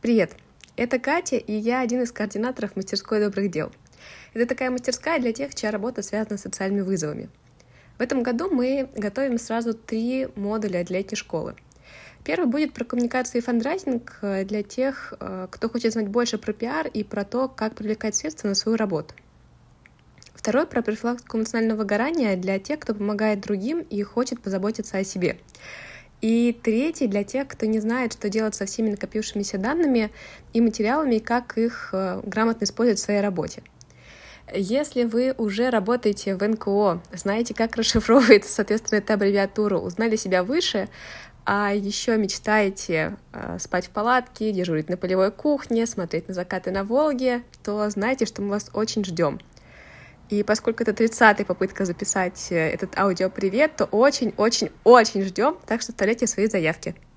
Привет! Это Катя, и я один из координаторов мастерской добрых дел. Это такая мастерская для тех, чья работа связана с социальными вызовами. В этом году мы готовим сразу 3 модуля для летней школы. Первый будет про коммуникацию и фандрайзинг для тех, кто хочет знать больше про пиар и про то, как привлекать средства на свою работу. Второй про профилактику эмоционального выгорания для тех, кто помогает другим и хочет позаботиться о себе. И третий для тех, кто не знает, что делать со всеми накопившимися данными и материалами, и как их грамотно использовать в своей работе. Если вы уже работаете в НКО, знаете, как расшифровывается, соответственно, эта аббревиатура, узнали себя выше, а еще мечтаете спать в палатке, дежурить на полевой кухне, смотреть на закаты на Волге, то знайте, что мы вас очень ждем. И поскольку это 30-я попытка записать этот аудиопривет, то очень-очень-очень ждем, так что оставляйте свои заявки.